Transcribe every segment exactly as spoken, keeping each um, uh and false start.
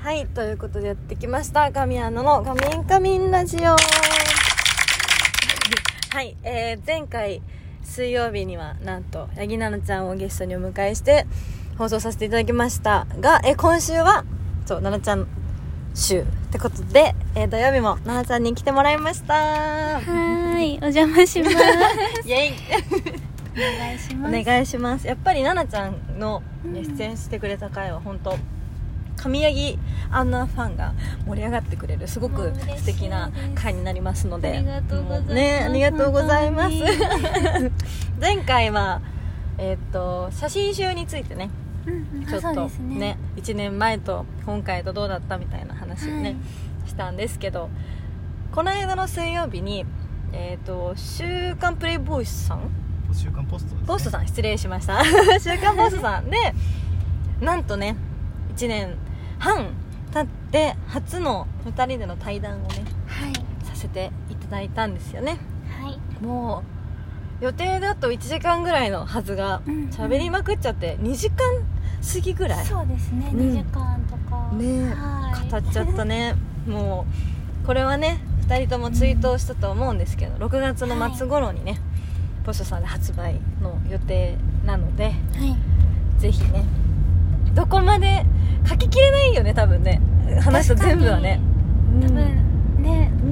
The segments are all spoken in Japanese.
はい、ということでやってきました神アナのカミンカミンラジオ。はい、えー、前回水曜日にはなんと八木奈々ちゃんをゲストにお迎えして放送させていただきましたが、えー、今週はそう奈々ちゃん週ってことで、えー、土曜日も奈々ちゃんに来てもらいました。 はーい、お邪魔しますイエイお願いします。 お願いします。やっぱり奈々ちゃんの出演してくれた回は本当、うん、神八木アンナファンが盛り上がってくれるすごく素敵な回になりますので、 ありがとうございます。 ね、ありがとうございます前回は、えー、っと写真集についてね、 うんうん、 ちょっとね, ねいちねんまえと今回とどうだったみたいな話をね、はい、したんですけど、この間の水曜日に、えー、っと週刊プレイボーイスさん週刊ポストですね、 ポストさん失礼しました週刊ポストさんでなんとねいちねんはん経って初のふたりでの対談をね、 はい、 させていただいたんですよね。 はい、 もう予定だといちじかんぐらいのはずが喋、うんうん、りまくっちゃってにじかん過ぎぐらい。 そうですね、うん、にじかんとかね、はい、語っちゃったねもうこれはねふたりともツイートをしたと思うんですけど、うん、ろくがつの末頃にね、はい、ポストさんで発売の予定なので、はい、ぜひねどこまで書ききれないよね多分ね、話した全部はね、 多分ね、うん、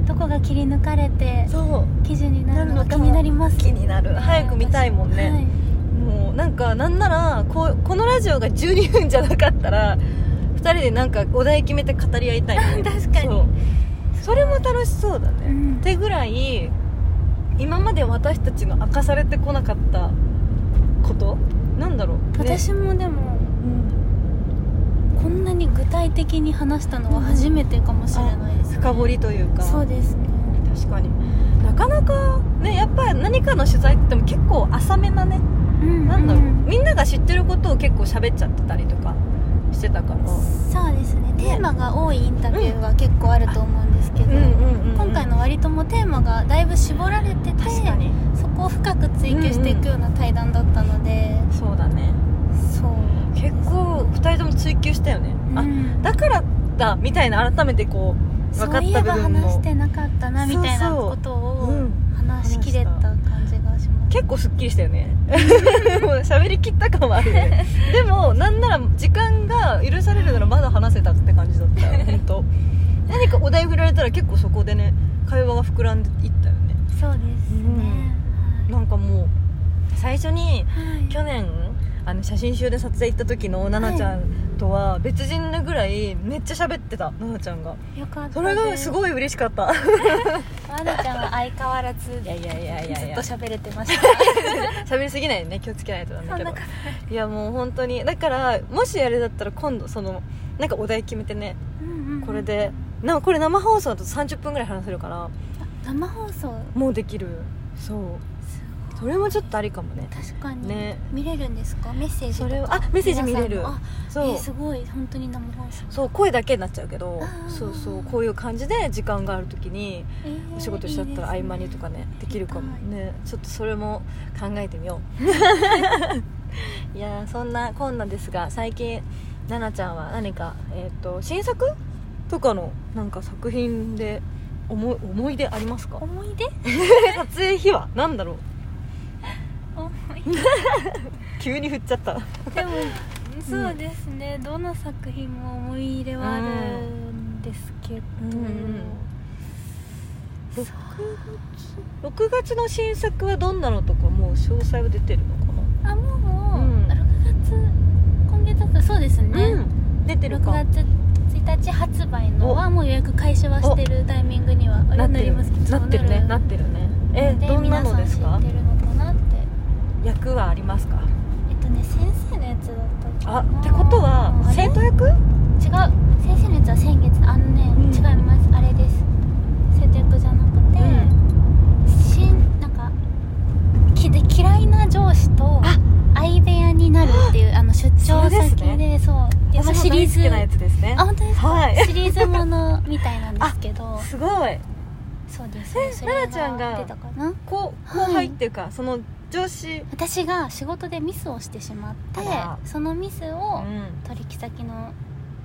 どこが切り抜かれて記事になるのか気になります、ね、 気になる、早く見たいもんね、はい、もうなんかなんならこ, このラジオがじゅうにふんじゃなかったらふたりでなんかお題決めて語り合いたい、ね、 確かに そ, それも楽しそうだね、うん、ってぐらい今まで私たちの明かされてこなかったことなんだろう、ね、 私もでも、うん、こんなに具体的に話したのは初めてかもしれないですね、 深掘りというか。 そうですね、 確かになかなかね、やっぱり何かの取材って言っても結構浅めなね、うんうん、なんだろう、みんなが知ってることを結構喋っちゃってたりとかしてたから。 そうですね、テーマが多いインタビューは結構あると思うんですけど、うんうんうんうん、今回の割ともテーマがだいぶ絞られてて、確かにそこを深く追求していくような対談だったので、 うんうん、そうだね、そう結構ふたりとも追求したよね、うん、あだからだみたいな改めてこう分かった部分も、そういえば話してなかったなみたいなことを話しきれた感じがします。 結構すっきりしたよねもう喋りきった感はあるよねでもなんなら時間が許されるならまだ話せたって感じだったよ本当何かお題振られたら結構そこでね会話が膨らんでいったよね。 そうですね、 うん、なんかもう最初に、はい、去年あの写真集で撮影行った時の奈々ちゃんとは別人なぐらいめっちゃ喋ってた奈々ちゃんが。 よかった。 それがすごい嬉しかった奈々ちゃんは相変わらずいやいやいやいやずっと喋れてました喋りすぎないでね、気をつけないとなんだけど。いやもう本当にだからもしあれだったら今度そのなんかお題決めてね、うんうんうん、これでなこれ生放送だとさんじゅっぷんぐらい話せるから生放送もうできる。そうそれもちょっとありかもね。 確かに、 ね、 見れるんですかメッセージとか。それあメッセージ見れる。 あそう、えー、すごい本当に生放送。 そう声だけになっちゃうけど、そうそうこういう感じで時間があるときに、えー、お仕事しちゃったら合間にとかね で, できるかもね。ちょっとそれも考えてみよういやそんなこんなですが、最近奈々ちゃんは何か、えー、と新作とかのなんか作品で思い、思い出ありますか？ 思い出撮影秘話なんだろう思い出急に振っちゃったでもそうですね、うん、どの作品も思い入れはあるんですけど、うんうんうん、ろくがつろくがつの新作はどんなのとかもう詳細は出てるのかなあもう、うん、ろくがつ今月だったらそうですね、うん、 出てるか。 ろくがつついたち発売のはもう予約開始はしてるタイミングにはなりますけど、 なってるねなってるね。えどんなのですか？ 皆さん知ってるのかなって。 役はありますか？ えっとね先生のやつだったかな。 あってことは生徒役？ 違う、先生のやつは先月あのね、うん、違います、あれです、生徒役じゃなくて、うん、しんなんかきで嫌いな上司と相部屋になるっていうあの出張先で、ね、そう私も大好きなやつですね。 あ本当ですか、 はい、 シリーズものみたいなんですけどすごい。 そうです、 え奈々ちゃんが後輩っていうか、はい、その上司私が仕事でミスをしてしまってそのミスを取引先の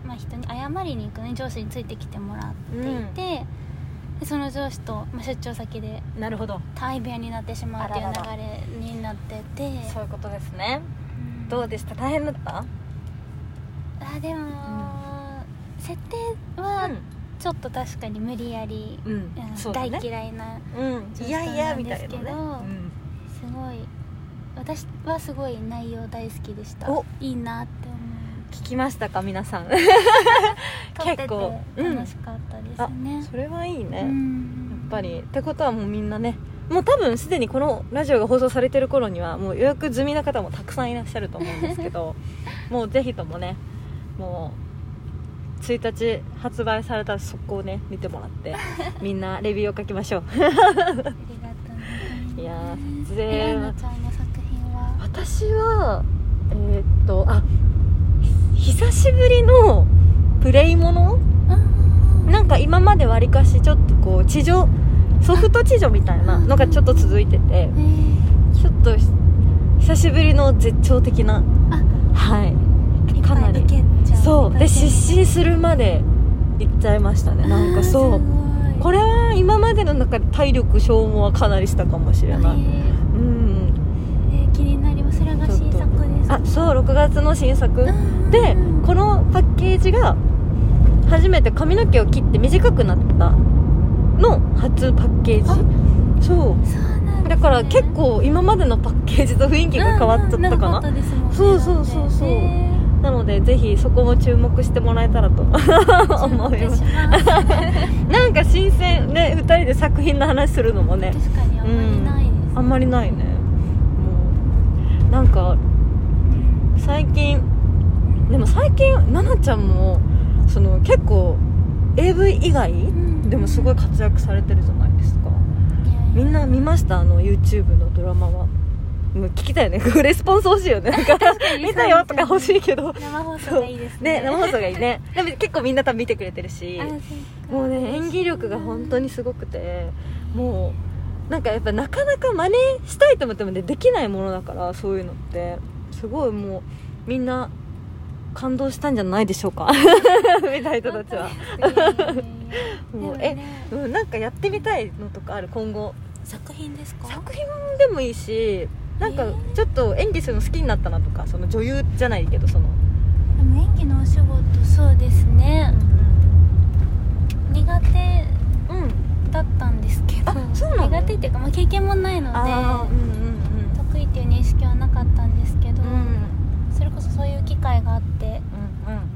まあ、人に謝りに行くね上司についてきてもらっていて、うん、でその上司と、まあ、出張先でなるほど対面になってしまうっていう流れになってて、 そういうことですね、うん、どうでした？大変だった？ あでも、うん、設定はちょっと確かに無理やり、うんうん、大嫌いな上司なんですけど、ねうん、すごい私はすごい内容大好きでした。いいなって思う。 聞きましたか皆さん結構楽しかったですね、 うん、それはいいね、うん、やっぱりってことはもうみんなねもう多分すでにこのラジオが放送されてる頃にはもう予約済みな方もたくさんいらっしゃると思うんですけどもうぜひともねもうついたち発売されたら速攻ね見てもらってみんなレビューを書きましょうありがとうございます。いやー撮影エラナちゃんの作品は私はえー、っとあ久しぶりのプレイものなんか今までわりかしちょっとこう地上ソフト地上みたいなのがちょっと続いててちょっと久しぶりの絶頂的なはいかなりそうで失神するまで行っちゃいましたね。なんかそうこれは今までの中で体力消耗はかなりしたかもしれない。うん気になります。それが新作ですか？ あそうろくがつの新作でこのパッケージが初めて髪の毛を切って短くなったの初パッケージ。そうそうなんですね。 だから結構今までのパッケージと雰囲気が変わっちゃったかな、うん、なかったですもんね。そうそうそうそうなのでぜひそこも注目してもらえたらと思いますなんか新鮮ねふたりで作品の話するのもね確かにあんまりないです、ねうん、あんまりないね。もうなんか最近でも最近奈々ちゃんもその結構 エーブイ 以外でもすごい活躍されてるじゃないですか、うん、みんな見ました？あの YouTube のドラマは。もう聞きたいよねレスポンス欲しいよねなんか見たよとか欲しいけど生放送がいいですね。 ね生放送がいいねでも結構みんな多分見てくれてるしもうね演技力が本当にすごくてもうなんかやっぱなかなか真似したいと思っても、ね、できないものだからそういうのってすごいもうみんな感動したんじゃないでしょうか見たい人たちはもうえ、うん、なんかやってみたいのとかある？今後作品ですか？ 作品でもいいしなんかちょっと演技するの好きになったなとかその女優じゃないけどそのでも演技のお仕事そうですね、うん、苦手だったんですけど、 うん、そうなの？ 苦手っていうか、まあ、経験もないので、うんうんうん、得意っていう認識はなかったんですけど、うん、それこそそういう機会があって、うんうん、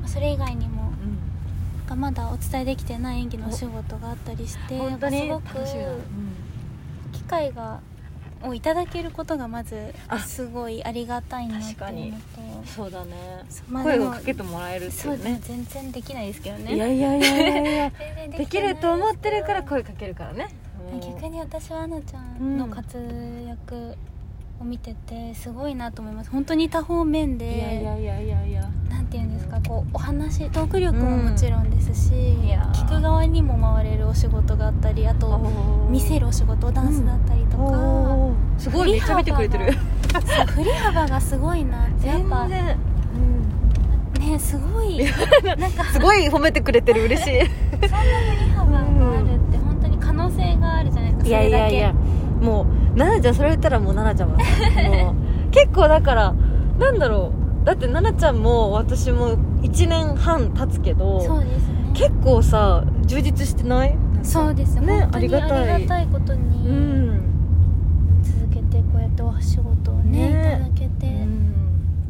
それ以外にも、うん、まだお伝えできてない演技のお仕事があったりして本当に楽しみだ、うん、 機会がをいただけることがまずすごいありがたいなっていうのと確かにそうだね、まあ、声をかけてもらえるっていうね。そう全然できないですけどね。 いやいやいやいやいやで, できると思ってるから声かけるからね。 逆に私はアナちゃんの活躍を見ててすごいなと思います。本当に多方面でいやいやいやいやいやなんていうんですかこうお話トーク力ももちろんですし、うん、聞く側にも回れるお仕事があったりあと見せるお仕事ダンスだったりとか、うん、 すごいめっちゃ見てくれてる振り幅がすごいなってやっぱ全然、 うん、ねすごいなんかすごい褒めてくれてる嬉しいそんな振り幅があるって本当に可能性があるじゃないですか。それだけいやいやいやもう奈々ちゃんそれ言ったらもう奈々ちゃんはもう結構だからなんだろうだって奈々ちゃんも私もいちねんはん経つけどそうですね結構さ充実してない？ そうですね本当にありがたいことに、うん、続けてこうやってお仕事を ね, ねいただけて、うん、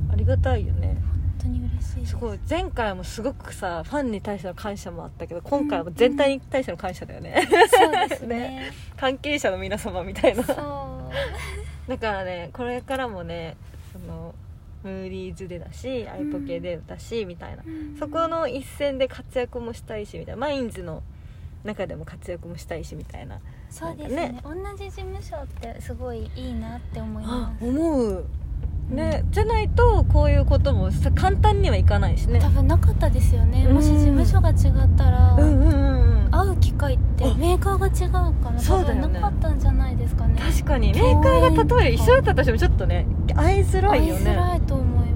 ありがたいよね。 本当に嬉しいです。 すごい前回もすごくさファンに対しての感謝もあったけど今回は全体に対しての感謝だよね、 うん、そうですねね関係者の皆様みたいなそうだからねこれからもねそのムーリーズでだしアイポケでだし、うん、みたいな、うん、そこの一線で活躍もしたいしみたいなマインズの中でも活躍もしたいしみたいな。 そうですね、同じ事務所ってすごいいいなって思います。 思うね、うん、じゃないとこういうこともさ簡単にはいかないしね。 多分なかったですよね、うん、もし事務所が違ったら、うんうんうん、会う機会ってメーカーが違うから多分なかったんじゃないですかね。 確かにメーカーが例えば一緒だったとしてもちょっとね会いづらいよね。 会いづらいと思います。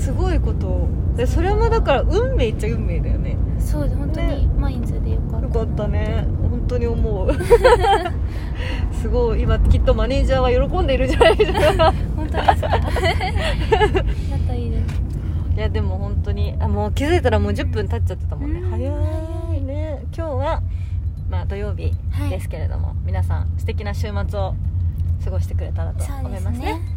すごいことで、それもだから運命っちゃ運命だよね。 そうで本当にマインズでよかった、 よかったね、本当に思うすごい今きっとマネージャーは喜んでいるじゃないですか本当ですかだったらいいです。 いやでも本当にあもう気づいたらもうじゅっぷん経っちゃってたもんね。 うん早いね。今日はまあ土曜日ですけれども、はい、皆さん素敵な週末を過ごしてくれたらと思いますね。 はい。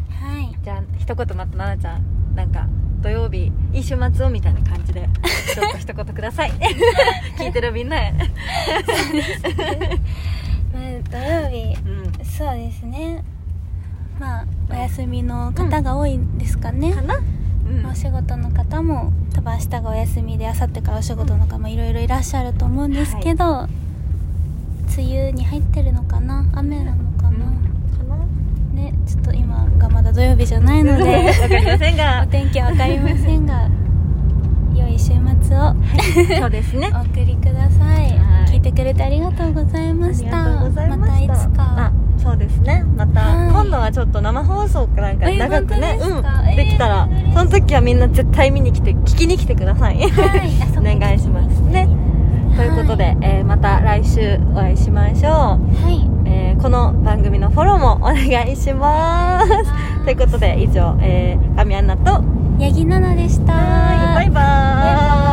じゃあ一言またななちゃんなんか土曜日いい週末をみたいな感じでちょっと一言ください聞いてるみんなへそうですね、まあ、土曜日、 うん、 そうですね、まあお休みの方が多いんですかね、 かな、うん、 お仕事の方も多分明日がお休みで明後日からお仕事の方もいろいろいらっしゃると思うんですけど、はい、梅雨に入ってるのかな、雨なのかな、うん、かなね、ちょっと今がまだ土曜日じゃないのでわかりませんがお天気わかりませんが良い週末を、はい、 そうですねお送りください、はい、聞いてくれてありがとうございました。 ありがとうございました。 またいつか、 あ、そうですね、また、はい、今度はちょっと生放送かなんか長くね、うん、できたら、えー、その時はみんな絶対見に来て聞きに来てください、はい、お願いしますね、はい、ということで、えー、また来週お会いしましょう。はい、えー、この番組のフォローもお願いしますということで以上、えー、神アンナと八木奈々でした。 バイバーイ。